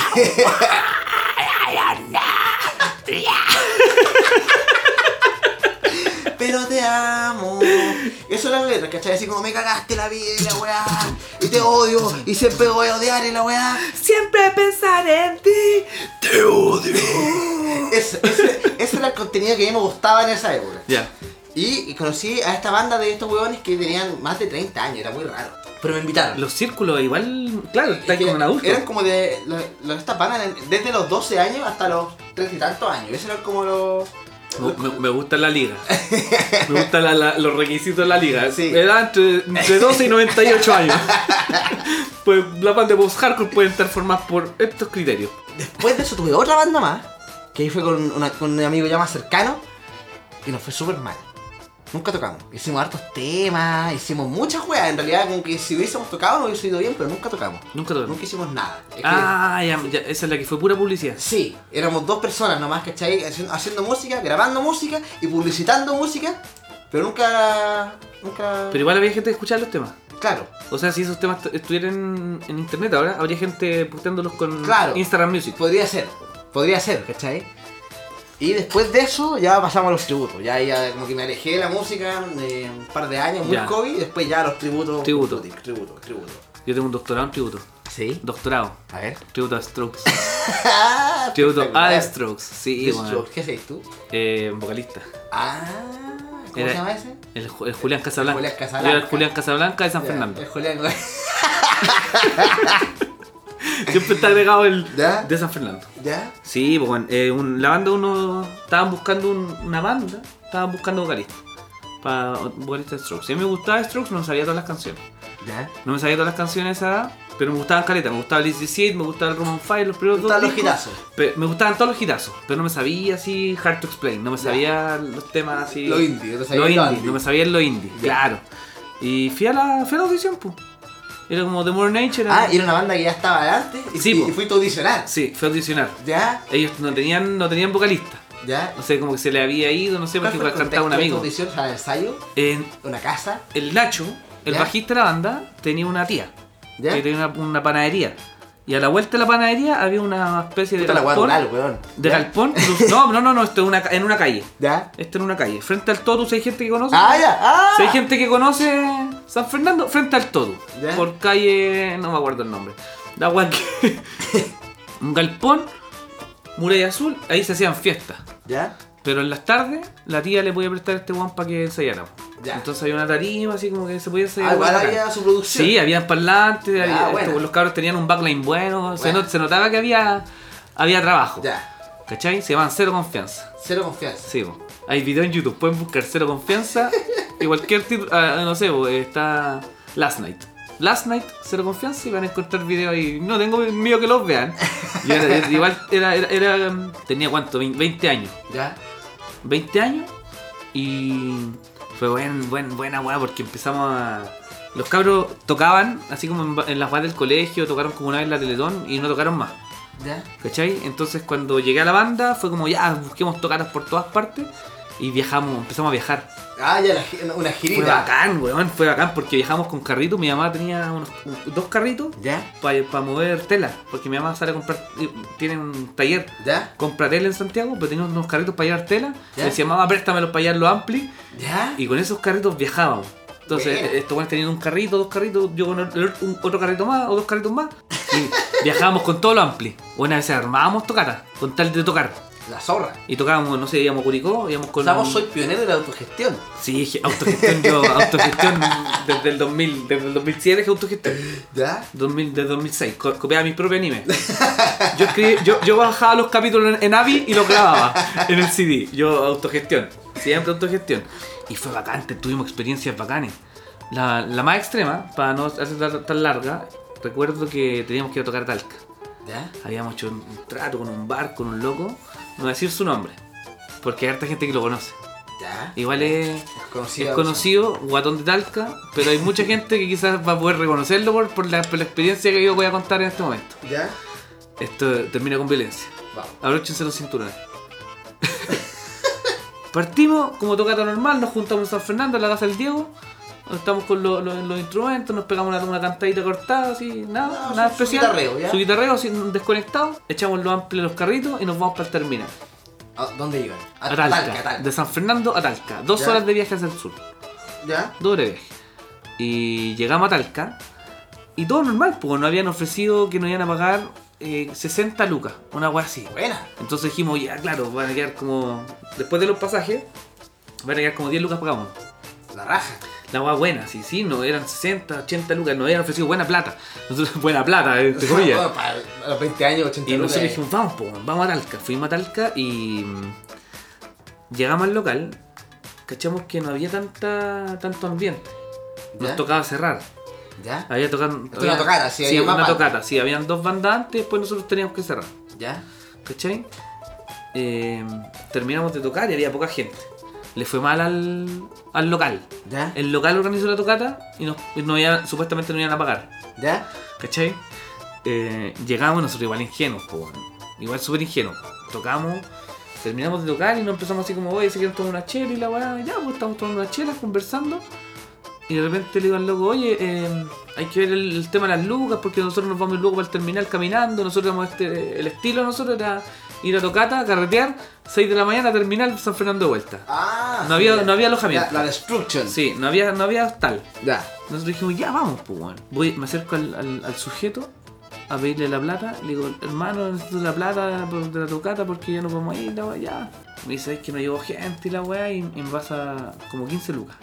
Pero te amo. Eso era la letra, ¿cachai? Así como me cagaste la vida y la weá. Y te odio. Y siempre voy a odiar y la weá. Siempre pensaré en ti. Te odio. Ese, ese, ese era el contenido que a mí me gustaba en esa época. Ya. Y, y conocí a esta banda de estos huevones que tenían más de treinta años, era muy raro. Pero me invitaron. Los círculos igual, claro, Es están que como un adulto. Eran como de. Lo, lo- estas bandas eran desde los doce años hasta los treinta y tantos años. Esos eran como los. Me, me- me gusta la liga. Me gustan la- la- los requisitos de la liga. Sí. Edad entre, entre doce y noventa y ocho años. Pues las bandas de post-hardcore pueden estar formadas por estos criterios. Después de eso tuve otra banda más, que ahí fue con, una- con un amigo ya más cercano, y nos fue súper mal. Nunca tocamos. Hicimos hartos temas, hicimos muchas weas. En realidad, como que si hubiésemos tocado nos hubiese ido bien, pero nunca tocamos. Nunca tocamos. Nunca hicimos nada. Es que- Ah, ya, ya, esa es la que fue pura publicidad. Sí, éramos dos personas nomás, ¿cachai? Haci- Haciendo música, grabando música y publicitando música, pero nunca. Nunca. Pero igual había gente que escuchaba los temas. Claro, O sea, si esos temas t- estuvieran en, en internet ahora, habría gente posteándolos con Claro. Instagram Music. podría ser, podría ser, ¿cachai? Y después de eso ya pasamos a los tributos. Ya, ya como que me alejé de la música de un par de años, muy Ya. COVID, y después ya los tributos. Tributo. Tributo, tributo. Yo tengo un doctorado en tributo. Sí. Doctorado. A ver. Tributo a Strokes. Ah, Tributo a espectacular. Strokes. Sí, ¿Qué bueno. Strokes? ¿Qué haces tú? Eh, vocalista. Ah, ¿cómo Era- se llama ese? El, Ju- el Julián Casablanca. Julián Casablanca. Yo era el Julián Casablanca de San Ya, Fernando. El Julián. Siempre está agregado el ¿Ya? de San Fernando. ¿Ya? Sí, pues bueno, eh, un- la banda uno estaban buscando un- una banda, estaban buscando vocalista. Para vocalista de Strokes. Si a mí me gustaba Strokes, no me sabía todas las canciones. ¿Ya? No me sabía todas las canciones a esa edad, pero me gustaban caleta. Me gustaba Lizzy Seed, me gustaba el Roman Fire, los primeros Me dos gustaban los discos. hitazos. Pe- Me gustaban todos los hitazos, pero no me sabía así hard to explain. No me Ya. sabía los temas así. Lo indie, no te sabías Lo lo indie, indie. no me sabía lo indie, Ya. claro. Y fui a la, fui a la audición, pues. Era como The Modern Age. Era... Ah, y era una banda que ya estaba antes y, Sí, y, po. y fuiste a audicionar. Sí, fui a audicionar. ¿Ya? Ellos no tenían, no tenían vocalista. ¿Ya? No sé, como que se le había ido, no sé, ¿Cuál porque fue el cantaba un contexto de amigo. tu audición? O sea, ensayo, En una casa, el Nacho, el ¿Ya? bajista de la banda, tenía una tía. ¿ya? Que tenía una, una panadería. Y a la vuelta de la panadería había una especie de Puta la weá galpón. rural, weón. De ¿Ya? galpón. No, no, no, no, esto es una, en una calle. ¿Ya? Esto en una calle. Frente al Totu, si hay gente que conoce. Ah, ya, ah. Si hay gente que conoce San Fernando, frente al Totu. ¿Ya? Por calle. No me acuerdo el nombre. Da igual que. Un galpón, muralla azul, ahí se hacían fiestas. ¿Ya? Pero en las tardes, la tía le podía prestar a este guan para que ensayara. Ya. Entonces había una tarima así como que se podía ensayar. Ah, igual bacán. había su producción. Sí, había parlantes, Ya, había- bueno. esto, los cabros tenían un backline bueno, se, Bueno. not- se notaba que había, había trabajo. Ya. ¿Cachai? Se llaman Cero Confianza. Cero confianza. Sí, po. Hay videos en YouTube, pueden buscar Cero Confianza y cualquier título, ah, no sé, po, está Last Night. Last Night, Cero Confianza y van a encontrar videos ahí. No tengo miedo que los vean. Yo era- era- igual era, era, era, um, tenía cuánto, veinte años. ¿Ya? veinte años y fue buen, buen, buena weá porque empezamos a... Los cabros tocaban, así como en, ba- en las bandas del colegio, tocaron como una vez la Teletón y no tocaron más, ¿Ya? ¿cachai? Entonces cuando llegué a la banda fue como ya, busquemos tocaras por todas partes y viajamos, empezamos a viajar. Ah, ya, la, una girita. Fue bacán, weón, fue bacán porque viajamos con carritos. Mi mamá tenía unos dos carritos ¿Ya? para pa mover tela. Porque mi mamá sale a comprar, tiene un taller, ¿Ya? compra tela en Santiago, pero tenía unos carritos para llevar tela. ¿Ya? Le decía, mamá, préstamelos para llevar los ampli. ¿Ya? Y con esos carritos viajábamos. Entonces, Bueno. estos weones tenían un carrito, dos carritos, yo con el, un, otro carrito más o dos carritos más. Y viajábamos con todo lo ampli. Una vez armábamos tocata, con tal de tocar. La zorra. Y tocábamos, no sé, íbamos a Curicó, íbamos con... O sea, vos soy pionero de la autogestión. Sí, je- autogestión, yo, autogestión desde el dos mil, desde el dos mil siete que autogestión. ¿Ya? dos mil, desde dos mil seis, co- copiaba mis propios animes. Yo, escribí, yo, yo bajaba los capítulos en, en Avi y los grababa en el C D. Yo, autogestión, siempre autogestión. Y fue bacante, tuvimos experiencias bacanes. La, la más extrema, para no hacer tan, tan larga, recuerdo que teníamos que ir a tocar Talca. ¿Ya? Habíamos hecho un, un trato con un bar, con un loco, no voy a decir su nombre, porque hay harta gente que lo conoce. ¿Ya? Igual es, Es conocido. es conocido, guatón de Talca, pero hay mucha gente que quizás va a poder reconocerlo por, por, la, por la experiencia que yo voy a contar en este momento. ¿Ya? Esto termina con violencia. Vamos. Abróchense los cinturones. Partimos como tocata normal, nos juntamos en San Fernando, en la casa del Diego. Estamos con lo- lo- los instrumentos, nos pegamos una, una cantadita cortada, así, nada, No, nada su- su especial. guitarreo, ¿ya? Su guitarreo, así, desconectado. Echamos los amplios de los carritos y nos vamos para el terminal. ¿A dónde iban? A Talca, Talca, Talca. de San Fernando a Talca. Dos Ya. horas de viaje hacia el sur. ¿Ya? Dos horas de viaje. Y llegamos a Talca. Y todo normal, porque nos habían ofrecido que nos iban a pagar eh, sesenta lucas. Una wea así. Buena. Entonces dijimos, ya claro, van a quedar como... Después de los pasajes, van a quedar como diez lucas pagamos. La raja. La wea buena, sí, sí, no eran sesenta, ochenta lucas, nos habían ofrecido buena plata. Nosotros, buena plata, eh, entre comillas. Bueno, para a los veinte años, ochenta Y lucas. nosotros dijimos, vamos, po, vamos a Talca. Fuimos a Talca y mm, llegamos al local, cachamos que no había tanta tanto ambiente. Nos ¿Ya? tocaba cerrar. ¿Ya? Había tocar, Esto es una tocata, sí, sí, había más una bandas. tocata, sí, habían dos bandas antes, después nosotros teníamos que cerrar. ¿Ya? ¿Cachai? Eh, terminamos de tocar y había poca gente. Le fue mal al, al local. ¿Ya? El local organizó la tocata y nos, y nos iban- supuestamente nos iban a pagar. ¿Ya? ¿Cachai? Eh, llegamos nosotros igual ingenuos, po, bueno. Igual súper ingenuos. Tocamos, terminamos de tocar y nos empezamos así como, oye, se quieren tomar una chela y la weá, ya, pues estamos tomando una chela, conversando. Y de repente le digo al loco, oye, eh, hay que ver el, el tema de las lucas, porque nosotros nos vamos luego para el terminal caminando, nosotros vamos este, el estilo de nosotros era ir a tocata, carretear, seis de la mañana, terminal, San Fernando de vuelta. Ah, No había- ya. no había alojamiento. La, la destruction. Sí, no había, no había hostal. Ya. Nosotros dijimos, ya vamos, pues bueno. Voy, me acerco al, al, al sujeto a pedirle la plata. Le digo, hermano, necesito la plata por- de la tocata porque ya no podemos ir, la weá, ya. Me dice, es que no llevo gente y la weá, y, y me pasa como quince lucas.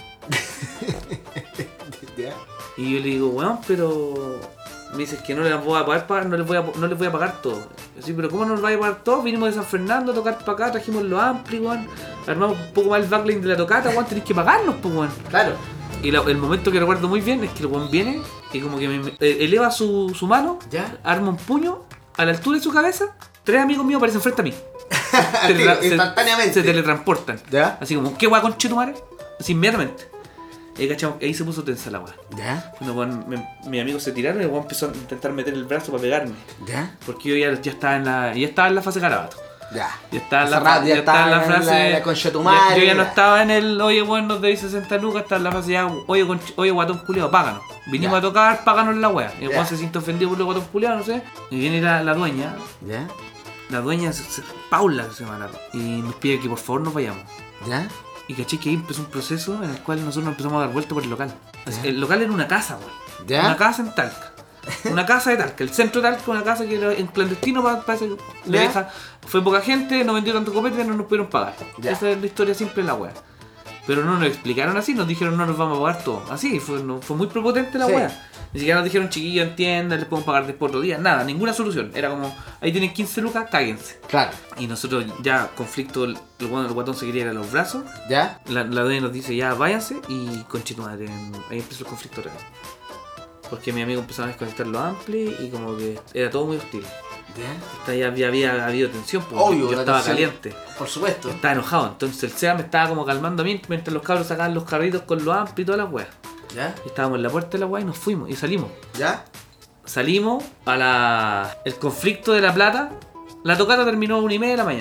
¿Ya? Y yo le digo, weón, pero... Me dice, es que no les voy a poder pagar, no les voy a, no les voy a pagar todo. Sí, pero ¿cómo no nos vais a pagar todo? Vinimos de San Fernando a tocar para acá, trajimos los ampli, weón. Armamos un poco más el backline de la tocata, weón, tenéis que pagarnos, pues, weón. Claro. Y la- el momento que recuerdo muy bien es que el weón viene y como que me, me- eh, eleva su, su mano, ¿Ya? arma un puño a la altura de su cabeza. Tres amigos míos aparecen frente a mí. Al tiro, Teletra- se- instantáneamente. Se teletransportan. ¿Ya? Así como, ¿qué weá con chetumare? Así inmediatamente. Y ahí, cachamos, ahí se puso tensa la weá. ¿Ya? Cuando weón, me- mis amigos se tiraron y el weón empezó a intentar meter el brazo para pegarme. ¿Ya? Porque yo ya, ya estaba en la. ya estaba en la fase garabato. Ya. Ya estaba en la, Hace rato fa- ya ya estaba en la estaba en frase. la- la concha de tu ya- madre, yo ya no ya. estaba en el, oye, bueno, nos debéis sesenta lucas, estaba en la frase ya, oye, con, oye, guatón culiado, páganos. Vinimos Ya. a tocar, páganos la wea. Y el Ya. weón se siente ofendido por los guatón culiados, no sé. Y viene la, la dueña, ¿Ya? la dueña, se- se- Paula se llama, la- y nos pide que por favor nos vayamos. ¿Ya? Y caché que ahí empezó un proceso en el cual nosotros nos empezamos a dar vuelta por el local. Así, Ya. el local era una casa, weón. ¿Ya? Una casa en Talca. Una casa de Talca. El centro de Talca, una casa que era en clandestino para, para ese- le Ya. deja. Fue poca gente, no vendió tanto copete y no nos pudieron pagar. Ya. Esa es la historia simple de la wea. Pero no nos explicaron así, nos dijeron no nos vamos a pagar todo. Así, fue, no, fue muy prepotente la Sí. wea. Ni siquiera nos dijeron chiquillos, entiendan, les podemos pagar después otro día. Nada, ninguna solución. Era como, ahí tienen quince lucas, cáguense. Claro. Y nosotros ya, conflicto, el, el, guan- el guatón se quería ir a los brazos. ¿Ya? La, la dueña nos dice ya váyanse y conchito madre, ahí empezó el conflicto real. Porque mi amigo empezó a desconectar los ampli y como que era todo muy hostil. ¿Ya? Hasta ya había, había habido tensión, porque Obvio, yo la estaba tensión. caliente, Por supuesto. estaba enojado. Entonces el SEA me estaba como calmando a mí mientras los cabros sacaban los carritos con los ampli y todas las weas. ¿Ya? Y estábamos en la puerta de la wea y nos fuimos y salimos. ¿Ya? Salimos a la. El conflicto de la plata. La tocata terminó a una y media de la mañana.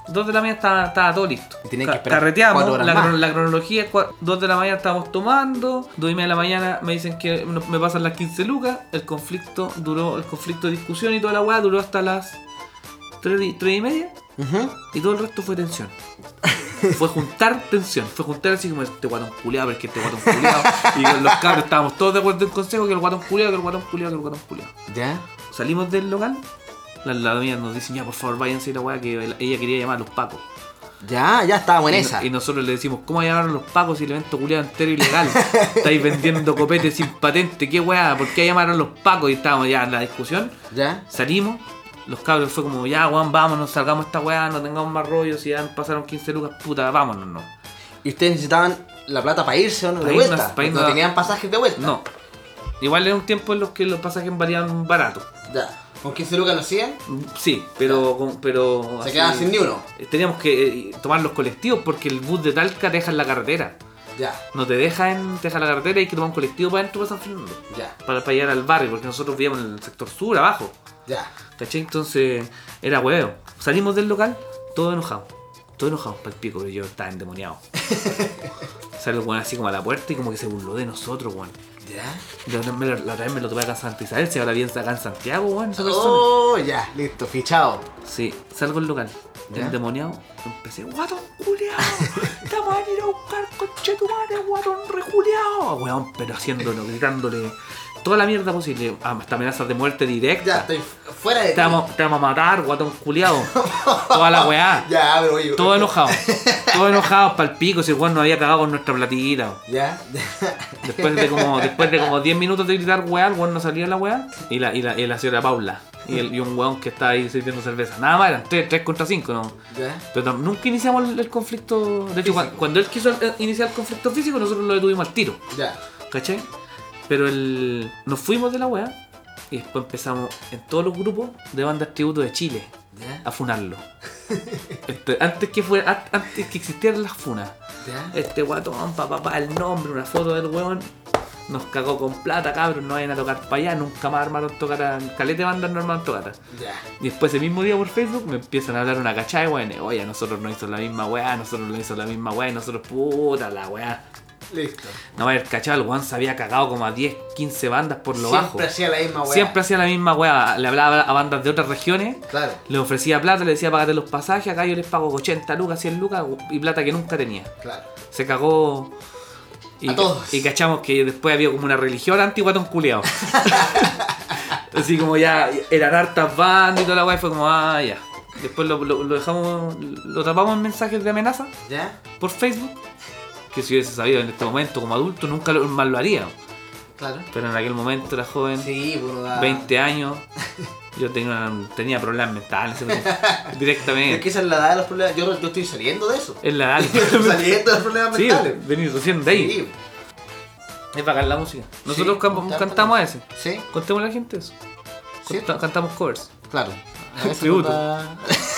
dos de la mañana estaba, estaba todo listo. Y tenías Ca- que esperar Carreteamos, cuatro horas la, más. cron- la cronología es dos de la mañana estábamos tomando, dos y media de la mañana me dicen que no- me pasan las quince lucas, el conflicto duró, el conflicto de discusión y toda la weá duró hasta las tres y, tres y media Ujú. y todo el resto fue tensión. Fue juntar tensión, fue juntar así como este guatón culiado, pero es que este guatón culiado. Y con los cabros estábamos todos de acuerdo en consejo que el guatón culiado, que el guatón culiado, que el guatón culiado. ¿Ya? Salimos del local, la, la doña nos dice, ya por favor váyanse y la weá, que ella quería llamar a los pacos. Ya, ya estábamos en Y, esa. y nosotros le decimos, ¿cómo llamaron a los pacos si el evento culiado entero ilegal? Estáis vendiendo copetes sin patente, qué weá, ¿por qué llamaron los pacos? Y estábamos ya en la discusión, ¿Ya? salimos, los cabros fue como, ya weón, vámonos, salgamos esta weá, no tengamos más rollo, si ya pasaron quince lucas, puta, vámonos, no. ¿Y ustedes necesitaban la plata para irse o no? Para ¿De irnos- vuelta? para ¿No irnos- tenían pasajes de vuelta? No. Igual era un tiempo en los que los pasajes valían barato. Ya. ¿Con quince lucas lo hacían? Sí, pero... con- pero Se así- quedaban sin ni uno. Teníamos que eh, tomar los colectivos porque el bus de Talca te deja en la carretera. Ya, No te deja en, te deja en la carretera y hay que tomar un colectivo para adentro para San Fernando. ya, Para, para llegar al barrio, porque nosotros vivíamos en el sector sur, abajo. ya. ¿Cachai? Entonces era huevo. Salimos del local, todo enojado. Todo enojado, para el pico, pero yo estaba endemoniado. Sale el weón así como a la puerta y como que se burló de nosotros, weón. ¿Ya? La otra, vez me lo, la otra vez me lo tuve acá en Santa Isabel, si ahora bien acá en Santiago, weón, esa persona. Oh, ya, listo, fichado. Sí, salgo del local, ¿Ya? endemoniado, empecé, guatón culiao, te van a ir a buscar conchetumare, guatón rejuliao, weón, pero haciéndolo, gritándole toda la mierda posible, hasta amenazas de muerte directa. Ya, estoy fuera de ti. Te vamos, te vamos a matar, guatón culiao. Toda la weá. Ya, pero oye. Todo enojado. Todo enojado para el pico, si el weón nos había cagado con nuestra platita. Ya. Después de como después de como diez minutos de gritar weá, el weón no salía la weá. Y la, y la, y la señora Paula. Y, el, y un weón que estaba ahí sirviendo cerveza. Nada más, eran tres contra cinco, ¿no? Ya. Pero tam- nunca iniciamos el, el conflicto. De hecho, cuando, cuando él quiso eh, iniciar el conflicto físico, nosotros lo detuvimos al tiro. Ya. ¿Cachai? Pero el, nos fuimos de la weá y después empezamos en todos los grupos de bandas tributo de Chile Ya. a funarlo. Este, antes que fuera, an- antes que existieran las funas. Ya. Este guatón, pa, pa, pa, el nombre, una foto del weón. Nos cagó con plata, cabros, no vayan a tocar para allá, nunca más armaron tocata, calete de bandas no armaron tocata. Ya. Y después ese mismo día por Facebook me empiezan a hablar una cachada de weones. Oye, a nosotros nos hizo la misma weá, a nosotros nos hizo la misma weá, y nosotros puta la weá. Listo. No va a haber cachado, el weón se había cagado como a diez, quince bandas por lo Siempre bajo. hacía la misma weá. Siempre hacía la misma weá, le hablaba a bandas de otras regiones, Claro. le ofrecía plata, le decía págate los pasajes, acá yo les pago ochenta lucas, cien lucas y plata que nunca tenía. Claro. Se cagó y, A todos. y cachamos que después había como una religión anti-guatón culiao. Así como ya eran hartas bandas y toda la weá, y fue como, ah, ya. Después lo, lo, lo dejamos, lo tapamos en mensajes de amenaza Ya. por Facebook. Que si hubiese sabido en este momento como adulto nunca lo, más lo haría. Claro. Pero en aquel momento era joven, Sí, pues uno da. veinte años. Yo tenía, tenía problemas mentales Es directamente. que esa es la edad de los problemas. Yo, yo estoy saliendo de eso. Es la edad. Estoy saliendo de los problemas Sí, mentales. venir recién de ahí. Sí. Es bacán la música. Nosotros Sí, cam- está cantamos a bacán. ese. Sí, Contémosle a la gente eso. Sí. Conta- Cantamos covers. claro. A veces Tributo. uno da-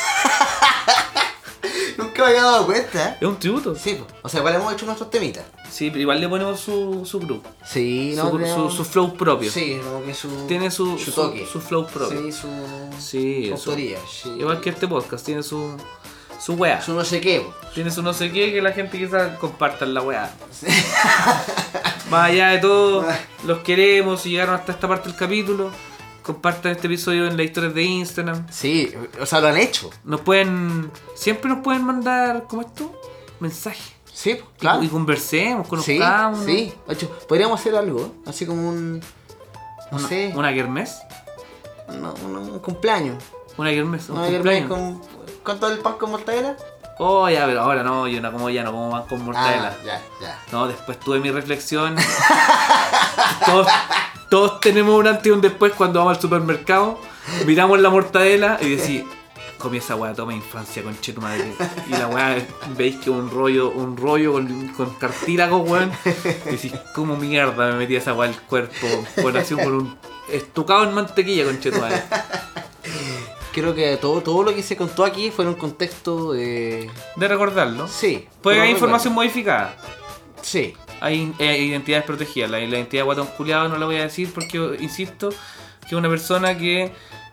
Nunca me había dado cuenta. ¿Eh? Es un tributo. Sí, pues. O sea, igual hemos hecho nuestros temitas. Sí, pero igual le ponemos su, su grupo. Sí, Su, creo- su, su flow propio. Sí, como que su. Tiene su, su su, toque. su flow propio. Sí, su. Sí, su eso. autoría. Sí. Igual que este podcast, tiene su, su weá. Su no sé qué. po. Tiene su no sé qué que la gente quizás comparta la weá. Más allá de todo, los queremos. Si llegaron hasta esta parte del capítulo, compartan este episodio en las historias de Instagram. Sí, o sea, lo han hecho. Nos pueden. Siempre nos pueden mandar, ¿cómo esto? Mensajes. Sí, pues, Y- claro. Y, conversemos, Sí, conozcamos. ¿no? sí. De hecho, podríamos hacer algo, así como un. No Una, sé. una kermés. no, un, un cumpleaños. Una kermés. Un Una cumpleaños. con. ¿Con todo el pan con mortadela? Oh, ya, pero ahora no, yo no como ya, no como más con mortadela. Ah, ya, ya. No, después tuve mi reflexión. todos, todos tenemos un antes y un después cuando vamos al supermercado. Miramos la mortadela y decís, comí esa weá toda mi infancia, conche tu madre. Y la weá, veis que un rollo, un rollo con, con cartílago, weón. Y decís, ¿cómo mierda me metí esa weá al cuerpo? Por así por un estucado en mantequilla, conche tu madre. Creo que todo, todo lo que se contó aquí fue en un contexto de. De recordarlo. Sí. Pues pero hay no información modificada. recuerdo. Sí. Hay eh, identidades protegidas. La, la identidad de Guatón Culeado no la voy a decir porque, insisto, que es una persona que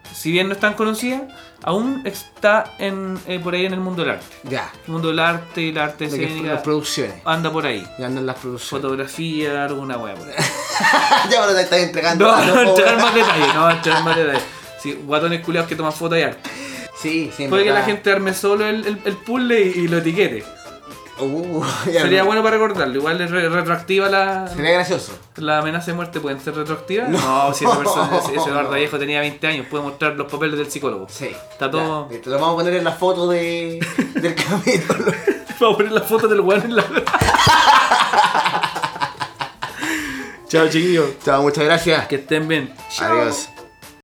si bien no es tan conocida, aún está en, eh, por ahí en el mundo del arte. Ya. El mundo del arte y la arte De que escénica las producciones. anda por ahí. Ya andan las producciones. Fotografía, alguna wea por ahí. Ya me lo estás entregando. No, Ah, no, po, entregar weón. más detalles, no, entregar más detalles. Sí, guatones culiados que toman fotos y arte. Sí, sí. en Puede que la verdad. gente arme solo el, el, el puzzle y, y lo etiquete. Uh, ya Sería no. bueno para recordarlo. Igual es re- retroactiva la, Sería gracioso. la amenaza de muerte. ¿Pueden ser retroactivas? No. No, si esa persona, ese, ese Eduardo No. Vallejo tenía veinte años, puede mostrar los papeles del psicólogo. Sí. Está todo. Ya, te lo vamos a poner en la foto de, del capítulo. Vamos a poner la foto del weón en la. Chao, chiquillos. Chao, muchas gracias. Que estén bien. Chao. Adiós.